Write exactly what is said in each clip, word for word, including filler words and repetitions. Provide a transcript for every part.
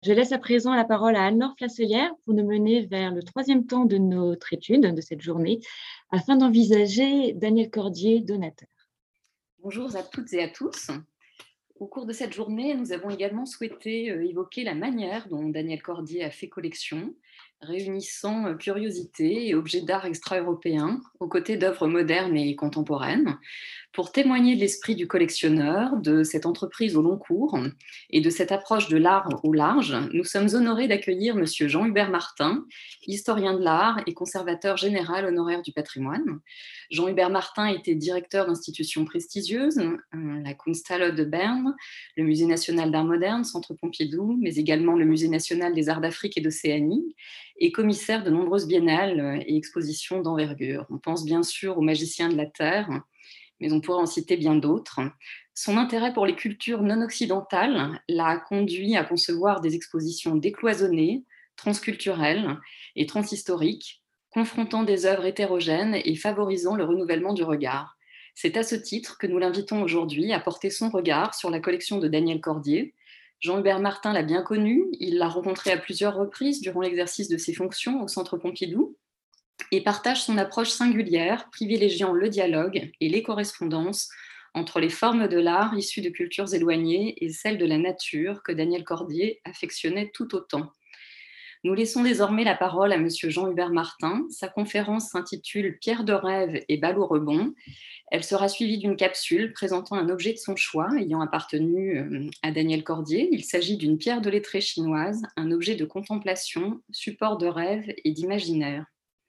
Je laisse à présent la parole à Anne-Laure Flasselière pour nous mener vers le troisième temps de notre étude de cette journée, afin d'envisager Daniel Cordier, donateur. Bonjour à toutes et à tous. Au cours de cette journée, nous avons également souhaité euh, évoquer la manière dont Daniel Cordier a fait collection, réunissant euh, curiosités et objets d'art extra-européens aux côtés d'œuvres modernes et contemporaines, pour témoigner de l'esprit du collectionneur, de cette entreprise au long cours et de cette approche de l'art au large. Nous sommes honorés d'accueillir Monsieur Jean-Hubert Martin, historien de l'art et conservateur général honoraire du patrimoine. Jean-Hubert Martin était directeur d'institutions prestigieuses, euh, la Kunsthalle de Berne, le Musée national d'art moderne, Centre Pompidou, mais également le Musée national des arts d'Afrique et d'Océanie, et commissaire de nombreuses biennales et expositions d'envergure. On pense bien sûr au Magicien de la Terre, mais on pourrait en citer bien d'autres. Son intérêt pour les cultures non occidentales l'a conduit à concevoir des expositions décloisonnées, transculturelles et transhistoriques, confrontant des œuvres hétérogènes et favorisant le renouvellement du regard. C'est à ce titre que nous l'invitons aujourd'hui à porter son regard sur la collection de Daniel Cordier. Jean-Hubert Martin l'a bien connu, il l'a rencontré à plusieurs reprises durant l'exercice de ses fonctions au Centre Pompidou, et partage son approche singulière, privilégiant le dialogue et les correspondances entre les formes de l'art issues de cultures éloignées et celles de la nature que Daniel Cordier affectionnait tout autant. Nous laissons désormais la parole à Monsieur Jean-Hubert Martin. Sa conférence s'intitule « Pierre de rêve et balle au rebond ». Elle sera suivie d'une capsule présentant un objet de son choix ayant appartenu à Daniel Cordier. Il s'agit d'une pierre de lettrée chinoise, un objet de contemplation, support de rêve et d'imaginaire.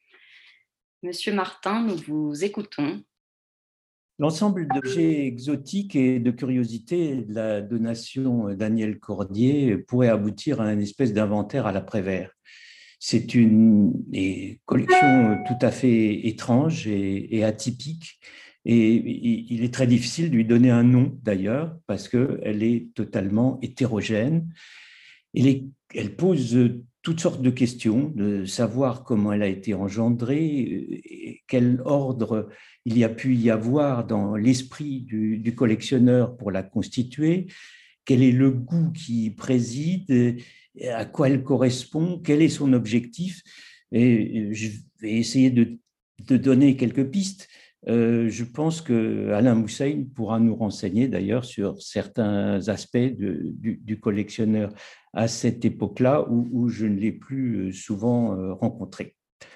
Monsieur Martin, nous vous écoutons. L'ensemble d'objets exotiques et de curiosités de la donation Daniel Cordier pourrait aboutir à une espèce d'inventaire à l'après-vert. C'est une collection tout à fait étrange et, et atypique, et il est très difficile de lui donner un nom d'ailleurs, parce qu'elle est totalement hétérogène. Elle, est, elle pose toutes sortes de questions, de savoir comment elle a été engendrée, quel ordre il y a pu y avoir dans l'esprit du, du collectionneur pour la constituer, quel est le goût qui préside, à quoi elle correspond, quel est son objectif. Et je vais essayer de, de donner quelques pistes. Euh, je pense qu'Alain Moussaïne pourra nous renseigner d'ailleurs sur certains aspects de, du, du collectionneur à cette époque-là où, où je ne l'ai plus souvent rencontré.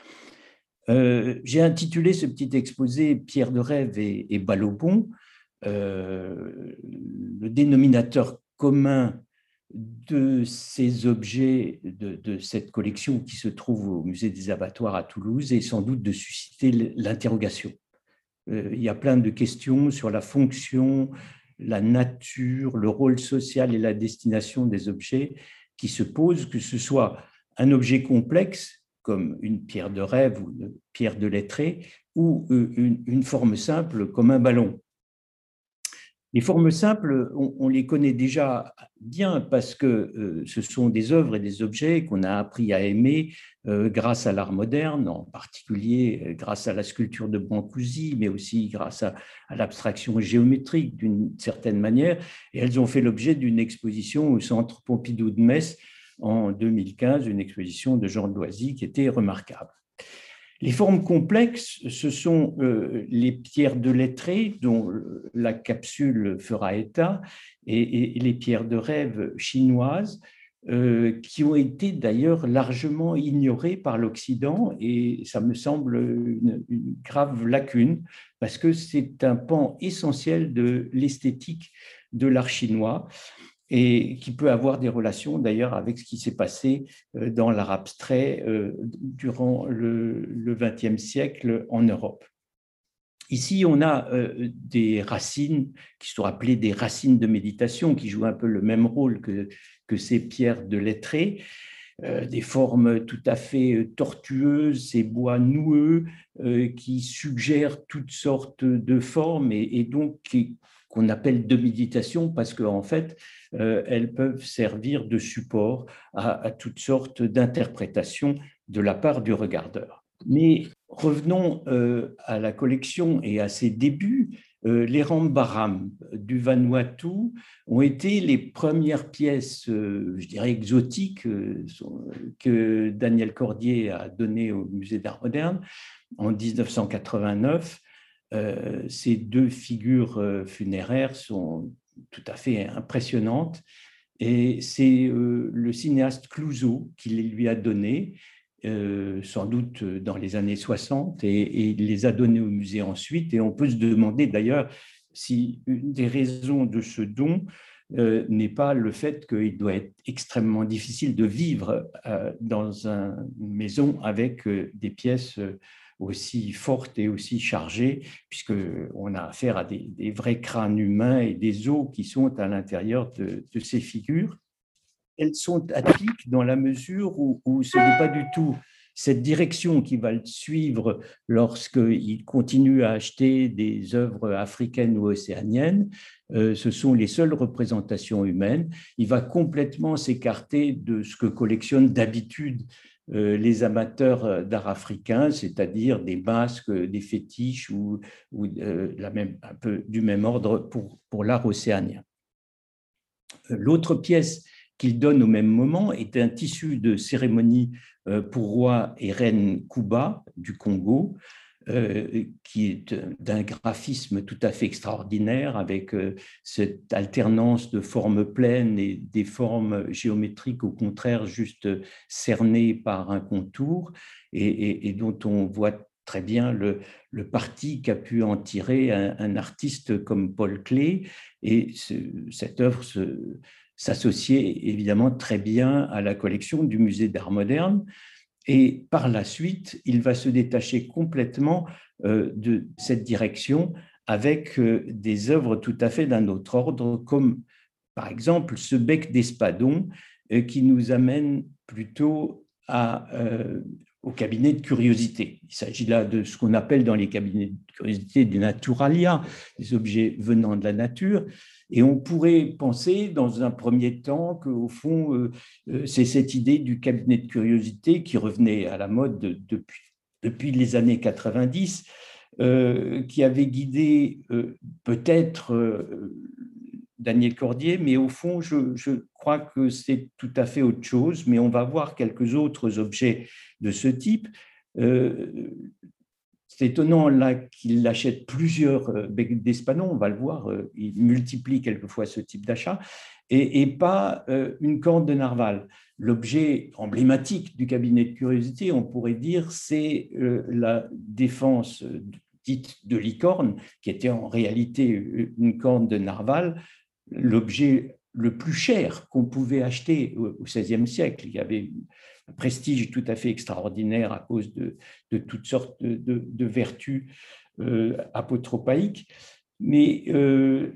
Euh, j'ai intitulé ce petit exposé « Pierre de rêve et, et balle au bond ». Euh, le dénominateur commun de ces objets de, de cette collection qui se trouve au Musée des Abattoirs à Toulouse est sans doute de susciter l'interrogation. Euh, il y a plein de questions sur la fonction, la nature, le rôle social et la destination des objets qui se posent, que ce soit un objet complexe comme une pierre de rêve ou une pierre de lettrée, ou une, une forme simple comme un ballon. Les formes simples, on, on les connaît déjà bien parce que euh, ce sont des œuvres et des objets qu'on a appris à aimer euh, grâce à l'art moderne, en particulier euh, grâce à la sculpture de Brancusi, mais aussi grâce à, à l'abstraction géométrique d'une certaine manière. Et elles ont fait l'objet d'une exposition au Centre Pompidou de Metz en deux mille quinze, une exposition de Jean Loisy qui était remarquable. Les formes complexes, ce sont euh, les pierres de lettrée dont la capsule fera état et, et les pierres de rêve chinoises euh, qui ont été d'ailleurs largement ignorées par l'Occident et ça me semble une, une grave lacune parce que c'est un pan essentiel de l'esthétique de l'art chinois et qui peut avoir des relations d'ailleurs avec ce qui s'est passé dans l'art abstrait durant le vingtième siècle en Europe. Ici, on a des racines qui sont appelées des racines de méditation, qui jouent un peu le même rôle que, que ces pierres de lettrée, des formes tout à fait tortueuses, ces bois noueux qui suggèrent toutes sortes de formes et, et donc qui qu'on appelle de méditation parce qu'en fait, euh, elles peuvent servir de support à, à toutes sortes d'interprétations de la part du regardeur. Mais revenons euh, à la collection et à ses débuts. euh, les rambaram du Vanuatu ont été les premières pièces, euh, je dirais, exotiques euh, que Daniel Cordier a données au Musée d'Art moderne en dix-neuf cent quatre-vingt-neuf. Euh, ces deux figures euh, funéraires sont tout à fait impressionnantes. Et c'est euh, le cinéaste Clouzot qui les lui a données, euh, sans doute dans les années soixante, et, et il les a donnés au musée ensuite. Et on peut se demander d'ailleurs si une des raisons de ce don euh, n'est pas le fait qu'il doit être extrêmement difficile de vivre euh, dans une maison avec euh, des pièces euh, aussi fortes et aussi chargées, puisqu'on a affaire à des, des vrais crânes humains et des os qui sont à l'intérieur de, de ces figures. Elles sont atypiques dans la mesure où, où ce n'est pas du tout cette direction qui va le suivre lorsqu'il continue à acheter des œuvres africaines ou océaniennes. Euh, ce sont les seules représentations humaines. Il va complètement s'écarter de ce que collectionnent d'habitude euh, les amateurs d'art africain, c'est-à-dire des masques, des fétiches ou, ou euh, la même, un peu du même ordre pour, pour l'art océanien. L'autre pièce qu'il donne au même moment est un tissu de cérémonie pour roi et reine Kuba du Congo, qui est d'un graphisme tout à fait extraordinaire, avec cette alternance de formes pleines et des formes géométriques au contraire juste cernées par un contour, et, et, et dont on voit très bien le, le parti qu'a pu en tirer un, un artiste comme Paul Klee, et ce, cette œuvre se s'associait évidemment très bien à la collection du Musée d'Art moderne. Et par la suite, il va se détacher complètement euh, de cette direction avec euh, des œuvres tout à fait d'un autre ordre, comme par exemple ce bec d'espadon euh, qui nous amène plutôt à, euh, au cabinet de curiosité. Il s'agit là de ce qu'on appelle dans les cabinets de curiosité des naturalia, des objets venant de la nature. Et on pourrait penser dans un premier temps qu'au fond, euh, c'est cette idée du cabinet de curiosité qui revenait à la mode de, depuis, depuis les années quatre-vingt-dix, euh, qui avait guidé euh, peut-être euh, Daniel Cordier, mais au fond, je, je crois que c'est tout à fait autre chose, mais on va voir quelques autres objets de ce type. Euh, C'est étonnant là qu'il achète plusieurs becs d'espadon, on va le voir, il multiplie quelquefois ce type d'achat, et, et pas une corne de narval. L'objet emblématique du cabinet de curiosité, on pourrait dire, c'est la défense dite de licorne, qui était en réalité une corne de narval, l'objet le plus cher qu'on pouvait acheter au seizième siècle. Il y avait un prestige tout à fait extraordinaire à cause de, de toutes sortes de, de, de vertus euh, apotropaïques, mais euh,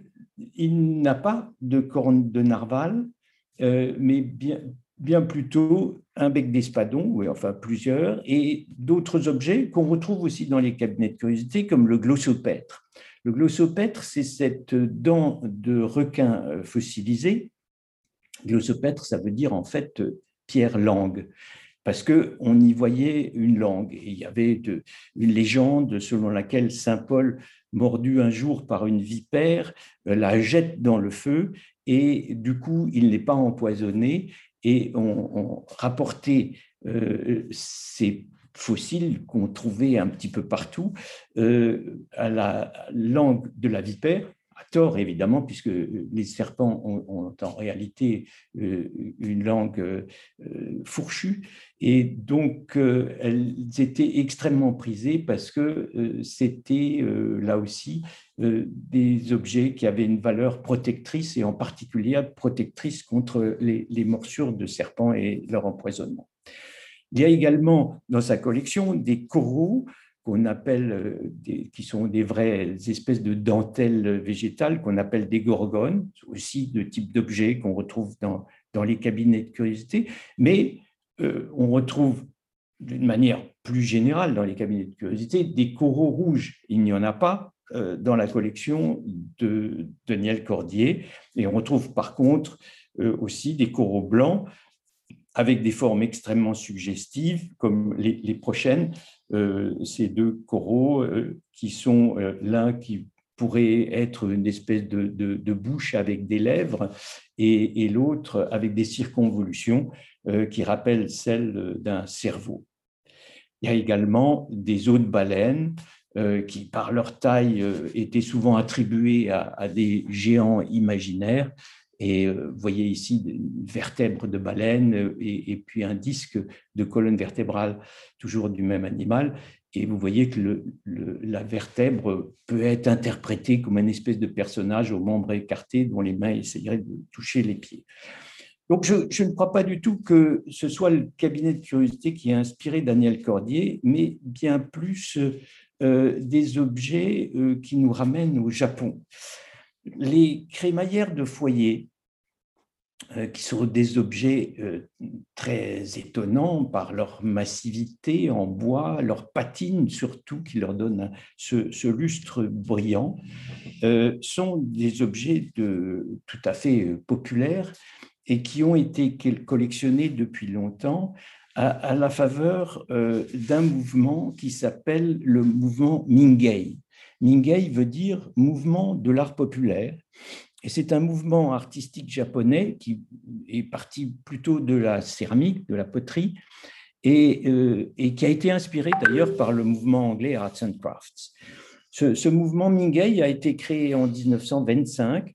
il n'a pas de corne de narval, euh, mais bien, bien plutôt un bec d'espadon, oui, enfin plusieurs, et d'autres objets qu'on retrouve aussi dans les cabinets de curiosité, comme le glossopètre. Le glossopètre, c'est cette dent de requin fossilisée. Glossopètre, ça veut dire en fait pierre-langue, parce qu'on y voyait une langue. Et il y avait de, une légende selon laquelle saint Paul, mordu un jour par une vipère, la jette dans le feu, et du coup, il n'est pas empoisonné. Et on, on rapportait euh, ces fossiles qu'on trouvait un petit peu partout euh, à la langue de la vipère, à tort évidemment, puisque les serpents ont, ont en réalité euh, une langue euh, fourchue, et donc euh, elles étaient extrêmement prisées parce que euh, c'était euh, là aussi euh, des objets qui avaient une valeur protectrice, et en particulier protectrice contre les, les morsures de serpents et leur empoisonnement. Il y a également dans sa collection des coraux qu'on appelle, des, qui sont des vraies espèces de dentelles végétales qu'on appelle des gorgones, aussi de type d'objets qu'on retrouve dans, dans les cabinets de curiosité, mais euh, on retrouve d'une manière plus générale dans les cabinets de curiosité des coraux rouges. Il n'y en a pas euh, dans la collection de Daniel Cordier, et on retrouve par contre euh, aussi des coraux blancs avec des formes extrêmement suggestives, comme les, les prochaines, euh, ces deux coraux euh, qui sont euh, l'un qui pourrait être une espèce de, de, de bouche avec des lèvres et, et l'autre avec des circonvolutions euh, qui rappellent celles d'un cerveau. Il y a également des os de baleines euh, qui, par leur taille, euh, étaient souvent attribués à, à des géants imaginaires. Et euh, vous voyez ici une vertèbre de baleine et, et puis un disque de colonne vertébrale, toujours du même animal. Et vous voyez que le, le, la vertèbre peut être interprétée comme une espèce de personnage aux membres écartés dont les mains essayeraient de toucher les pieds. Donc, je, je ne crois pas du tout que ce soit le cabinet de curiosité qui a inspiré Daniel Cordier, mais bien plus euh, des objets euh, qui nous ramènent au Japon. Les crémaillères de foyer, euh, qui sont des objets euh, très étonnants par leur massivité en bois, leur patine surtout, qui leur donne ce, ce lustre brillant, euh, sont des objets de, tout à fait populaires et qui ont été collectionnés depuis longtemps à, à la faveur euh, d'un mouvement qui s'appelle le mouvement Mingei. Mingei veut dire mouvement de l'art populaire, et c'est un mouvement artistique japonais qui est parti plutôt de la céramique, de la poterie, et, euh, et qui a été inspiré d'ailleurs par le mouvement anglais Arts and Crafts. Ce, ce mouvement Mingei a été créé en mille neuf cent vingt-cinq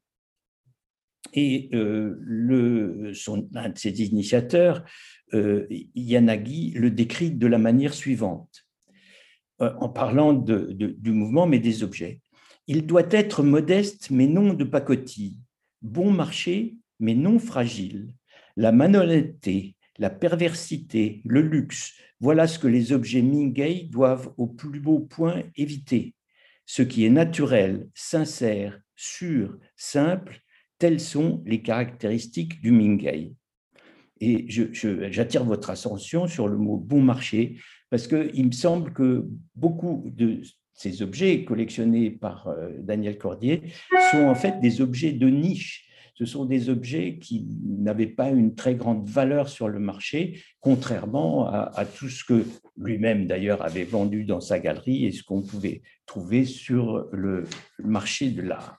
et euh, le, son, un de ses initiateurs, euh, Yanagi, le décrit de la manière suivante, euh, en parlant de, de, du mouvement, mais des objets. Il doit être modeste, mais non de pacotille, bon marché, mais non fragile. La malhonnêteté, la perversité, le luxe, voilà ce que les objets Mingei doivent au plus beau point éviter. Ce qui est naturel, sincère, sûr, simple, telles sont les caractéristiques du Mingei. Et je, je, j'attire votre attention sur le mot bon marché, parce qu'il me semble que beaucoup de ces objets collectionnés par Daniel Cordier sont en fait des objets de niche. Ce sont des objets qui n'avaient pas une très grande valeur sur le marché, contrairement à, à tout ce que lui-même d'ailleurs avait vendu dans sa galerie et ce qu'on pouvait trouver sur le marché de l'art.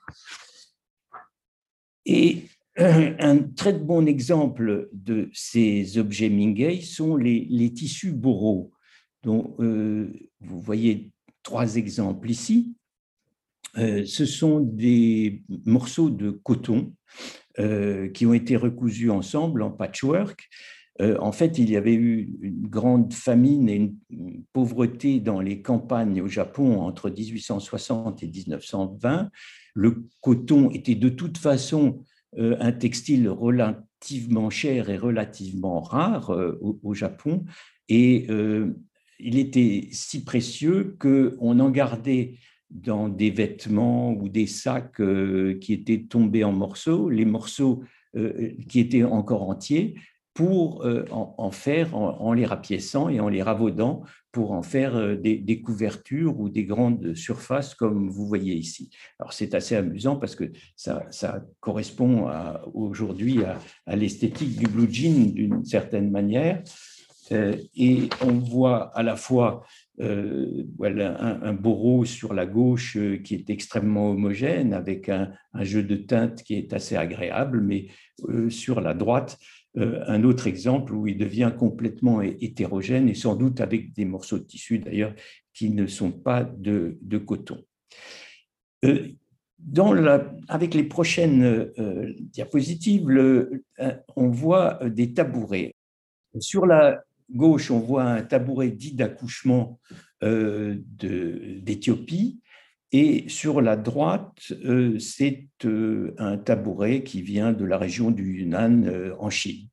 Et un très bon exemple de ces objets Mingei sont les, les tissus Boro, dont euh, vous voyez trois exemples ici. Euh, ce sont des morceaux de coton euh, qui ont été recousus ensemble en patchwork. Euh, en fait, il y avait eu une grande famine et une, une pauvreté dans les campagnes au Japon entre mille huit cent soixante et mille neuf cent vingt. Le coton était de toute façon euh, un textile relativement cher et relativement rare euh, au, au Japon. Et euh, il était si précieux qu'on en gardait dans des vêtements ou des sacs euh, qui étaient tombés en morceaux, les morceaux euh, qui étaient encore entiers, pour euh, en, en faire, en, en les rapiéçant et en les ravaudant, pour en faire euh, des, des couvertures ou des grandes surfaces comme vous voyez ici. Alors c'est assez amusant parce que ça, ça correspond à, aujourd'hui à, à l'esthétique du blue jean d'une certaine manière. Euh, et on voit à la fois euh, voilà, un, un Boro sur la gauche euh, qui est extrêmement homogène avec un, un jeu de teintes qui est assez agréable, mais euh, sur la droite, euh, un autre exemple où il devient complètement hétérogène et sans doute avec des morceaux de tissu d'ailleurs qui ne sont pas de, de coton. Euh, Dans la, avec les prochaines euh, diapositives, le, on voit des tabourets. Sur la gauche, on voit un tabouret dit d'accouchement euh, d'Éthiopie, et sur la droite, euh, c'est euh, un tabouret qui vient de la région du Yunnan euh, en Chine.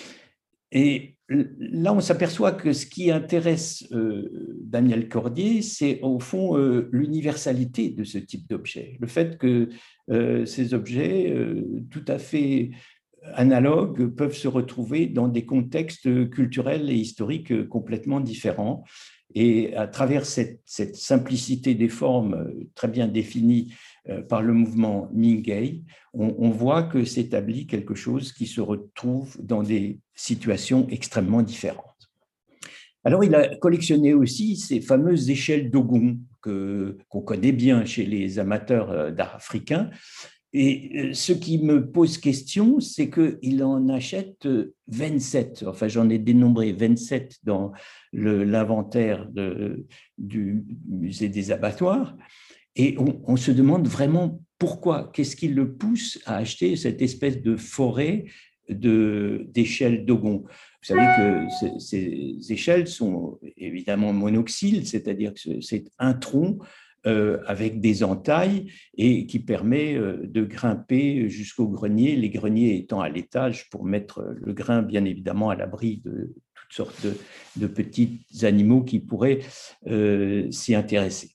Et là, on s'aperçoit que ce qui intéresse euh, Daniel Cordier, c'est au fond euh, l'universalité de ce type d'objet. Le fait que euh, ces objets, euh, tout à fait analogues, peuvent se retrouver dans des contextes culturels et historiques complètement différents. Et à travers cette, cette simplicité des formes très bien définie par le mouvement Mingei, on, on voit que s'établit quelque chose qui se retrouve dans des situations extrêmement différentes. Alors, il a collectionné aussi ces fameuses échelles Dogon que, qu'on connaît bien chez les amateurs d'art africain. Et ce qui me pose question, c'est qu'il en achète vingt-sept. Enfin, j'en ai dénombré vingt-sept dans le, l'inventaire de, du musée des abattoirs. Et on, on se demande vraiment pourquoi, qu'est-ce qui le pousse à acheter cette espèce de forêt de, d'échelles Dogon. Vous savez que ces échelles sont évidemment monoxyles, c'est-à-dire que c'est un tronc euh, avec des entailles et qui permet de grimper jusqu'au grenier, les greniers étant à l'étage pour mettre le grain, bien évidemment, à l'abri de toutes sortes de, de petits animaux qui pourraient euh, s'y intéresser.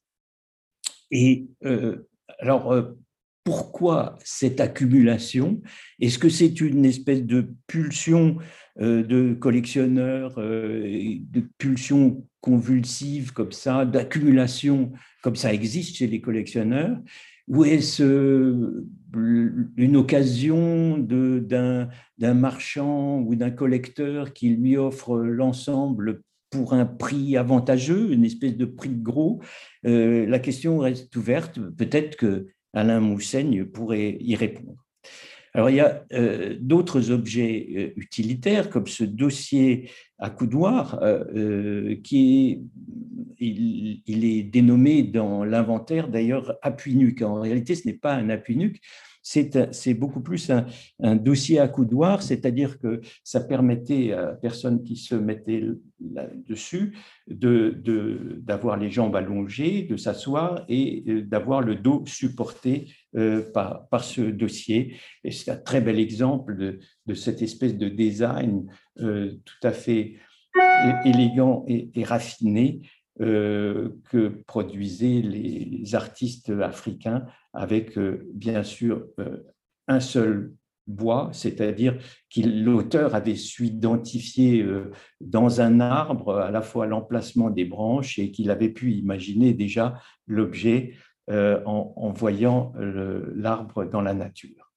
Et euh, alors, euh, pourquoi cette accumulation? Est-ce que c'est une espèce de pulsion euh, de collectionneur, euh, de pulsion convulsive comme ça, d'accumulation comme ça existe chez les collectionneurs? Ou est-ce euh, une occasion de, d'un, d'un marchand ou d'un collecteur qui lui offre l'ensemble pour un prix avantageux, une espèce de prix de gros? Euh, la question reste ouverte. Peut-être que Alain Mousseigne pourrait y répondre. Alors, il y a euh, d'autres objets euh, utilitaires, comme ce dossier à coudoir, euh, qui est, il, il est dénommé dans l'inventaire, d'ailleurs, appui-nuque. En réalité, ce n'est pas un appui-nuque, c'est, c'est beaucoup plus un, un dossier à coudoir, c'est-à-dire que ça permettait à la personne qui se mettait là-dessus de, de, d'avoir les jambes allongées, de s'asseoir et d'avoir le dos supporté euh, par, par ce dossier. Et c'est un très bel exemple de, de cette espèce de design euh, tout à fait élégant et, et raffiné euh, que produisaient les artistes africains avec, euh, bien sûr, euh, un seul bois, c'est-à-dire que l'auteur avait su identifier euh, dans un arbre à la fois l'emplacement des branches et qu'il avait pu imaginer déjà l'objet euh, en, en voyant le, l'arbre dans la nature.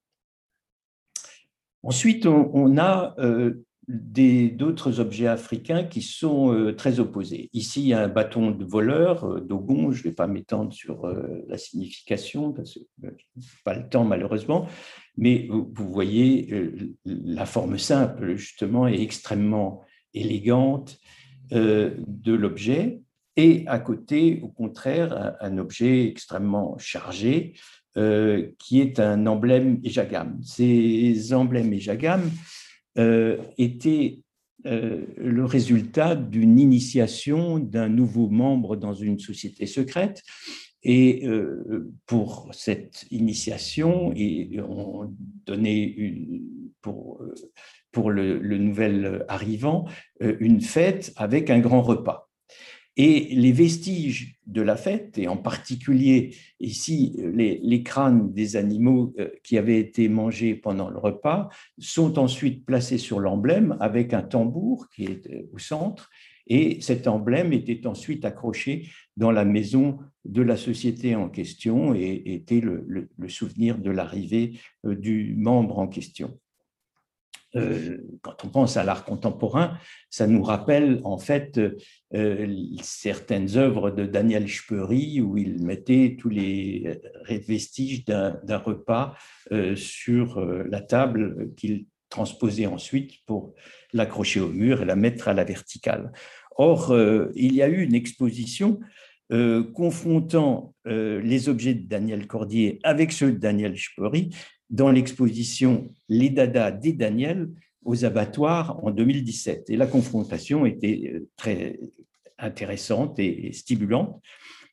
Ensuite, on, on a euh, des, d'autres objets africains qui sont euh, très opposés. Ici, il y a un bâton de voleur, euh, Dogon, je ne vais pas m'étendre sur euh, la signification, parce que je n'ai pas le temps malheureusement, mais vous, vous voyez, euh, la forme simple, justement, est extrêmement élégante euh, de l'objet, et à côté, au contraire, un, un objet extrêmement chargé, Euh, qui est un emblème Ejagam. Ces emblèmes Ejagam euh, étaient euh, le résultat d'une initiation d'un nouveau membre dans une société secrète. Et euh, pour cette initiation, et on donnait une, pour, pour le, le nouvel arrivant une fête avec un grand repas. Et les vestiges de la fête, et en particulier ici les, les crânes des animaux qui avaient été mangés pendant le repas, sont ensuite placés sur l'emblème avec un tambour qui est au centre, et cet emblème était ensuite accroché dans la maison de la société en question et était le, le, le souvenir de l'arrivée du membre en question. Euh, quand on pense à l'art contemporain, ça nous rappelle en fait euh, certaines œuvres de Daniel Speury où il mettait tous les vestiges d'un, d'un repas euh, sur la table qu'il transposait ensuite pour l'accrocher au mur et la mettre à la verticale. Or, euh, il y a eu une exposition euh, confrontant euh, les objets de Daniel Cordier avec ceux de Daniel Speury dans l'exposition Les Dada des Daniel aux abattoirs en deux mille dix-sept. Et la confrontation était très intéressante et stimulante.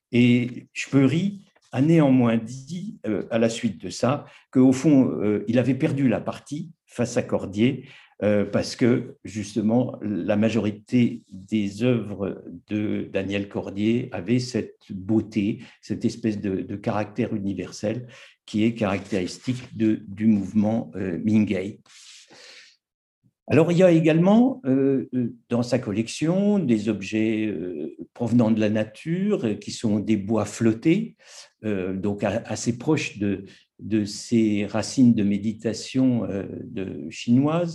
Et Speury a néanmoins dit, euh, à la suite de ça, qu'au fond, euh, il avait perdu la partie face à Cordier, euh, parce que, justement, la majorité des œuvres de Daniel Cordier avaient cette beauté, cette espèce de, de caractère universel qui est caractéristique de, du mouvement euh, Mingei. Alors, il y a également euh, dans sa collection des objets euh, provenant de la nature euh, qui sont des bois flottés, euh, donc assez proches de, de ces racines de méditation euh, de, chinoises,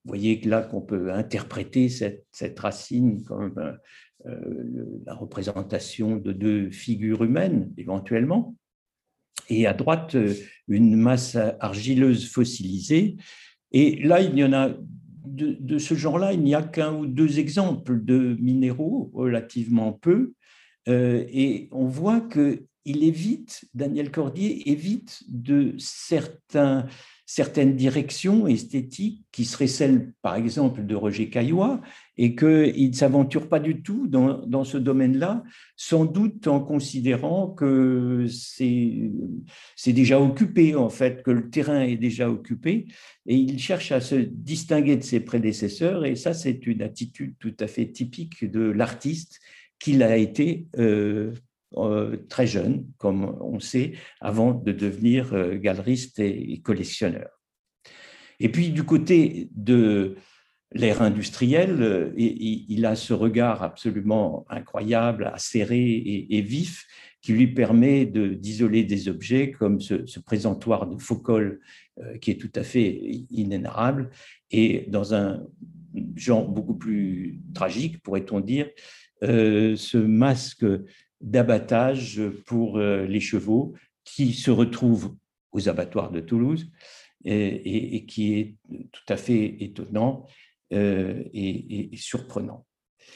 Vous voyez que là qu'on peut interpréter cette, cette racine comme euh, la représentation de deux figures humaines, éventuellement. Et à droite, une masse argileuse fossilisée. Et là, il y en a de, de ce genre-là, il n'y a qu'un ou deux exemples de minéraux, relativement peu. Euh, et on voit qu'il évite, Daniel Cordier évite de certains, certaines directions esthétiques qui seraient celles, par exemple, de Roger Caillois, et qu'il ne s'aventure pas du tout dans, dans ce domaine-là, sans doute en considérant que c'est, c'est déjà occupé, en fait, que le terrain est déjà occupé, et il cherche à se distinguer de ses prédécesseurs, et ça, c'est une attitude tout à fait typique de l'artiste qu'il a été euh, euh, très jeune, comme on sait, avant de devenir euh, galeriste et, et collectionneur. Et puis, du côté de l'ère industrielle, euh, il, il a ce regard absolument incroyable, acéré et, et vif, qui lui permet de, d'isoler des objets comme ce, ce présentoir de Faucol, euh, qui est tout à fait inénarrable, et dans un genre beaucoup plus tragique, pourrait-on dire, euh, ce masque d'abattage pour euh, les chevaux qui se retrouve aux abattoirs de Toulouse et, et, et qui est tout à fait étonnant euh, et, et, et surprenant.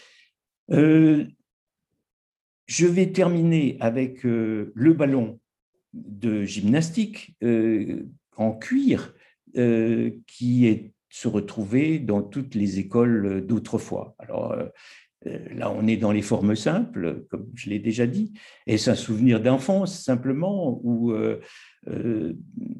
Euh, je vais terminer avec euh, le ballon de gymnastique euh, en cuir euh, qui est se retrouver dans toutes les écoles d'autrefois. Alors, euh, là, on est dans les formes simples, comme je l'ai déjà dit, et c'est un souvenir d'enfance simplement où euh, euh,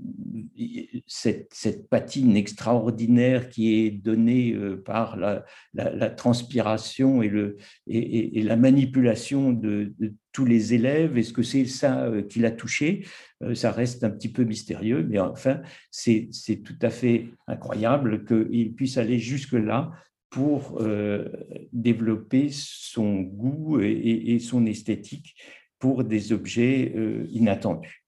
cette, cette patine extraordinaire qui est donnée euh, par la, la, la transpiration et, le, et, et, et la manipulation de, de tous les élèves, est-ce que c'est ça euh, qui l'a touché? euh, Ça reste un petit peu mystérieux, mais enfin, c'est, c'est tout à fait incroyable qu'il puisse aller jusque-là pour euh, développer son goût et, et, et son esthétique pour des objets euh, inattendus.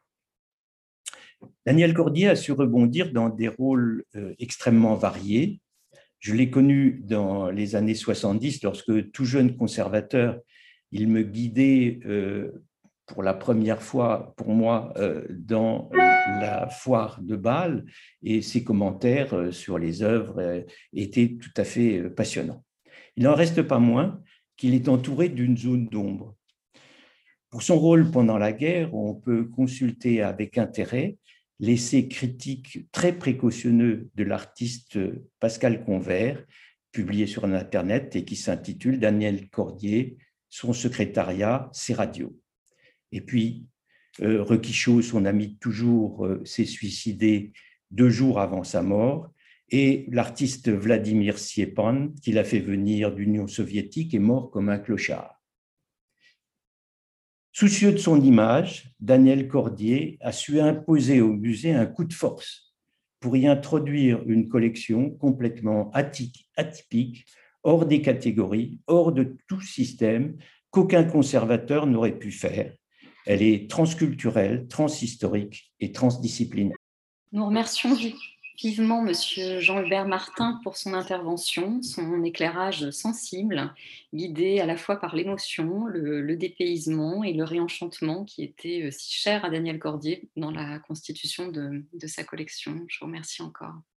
Daniel Cordier a su rebondir dans des rôles euh, extrêmement variés. Je l'ai connu dans les années soixante-dix, lorsque tout jeune conservateur, il me guidait euh, pour la première fois, pour moi, euh, dans la foire de Bâle, et ses commentaires euh, sur les œuvres euh, étaient tout à fait euh, passionnants. Il n'en reste pas moins qu'il est entouré d'une zone d'ombre. Pour son rôle pendant la guerre, on peut consulter avec intérêt l'essai critique très précautionneux de l'artiste Pascal Convert, publié sur Internet et qui s'intitule « Daniel Cordier, son secrétariat, ses radios ». Et puis, euh, Requichot, son ami de toujours, euh, s'est suicidé deux jours avant sa mort, et l'artiste Vladimir Siepan, qui l'a fait venir d'Union soviétique, est mort comme un clochard. Soucieux de son image, Daniel Cordier a su imposer au musée un coup de force pour y introduire une collection complètement atypique, hors des catégories, hors de tout système, qu'aucun conservateur n'aurait pu faire. Elle est transculturelle, transhistorique et transdisciplinaire. Nous remercions vivement Monsieur Jean-Hubert Martin pour son intervention, son éclairage sensible, guidé à la fois par l'émotion, le, le dépaysement et le réenchantement qui était si cher à Daniel Cordier dans la constitution de, de sa collection. Je vous remercie encore.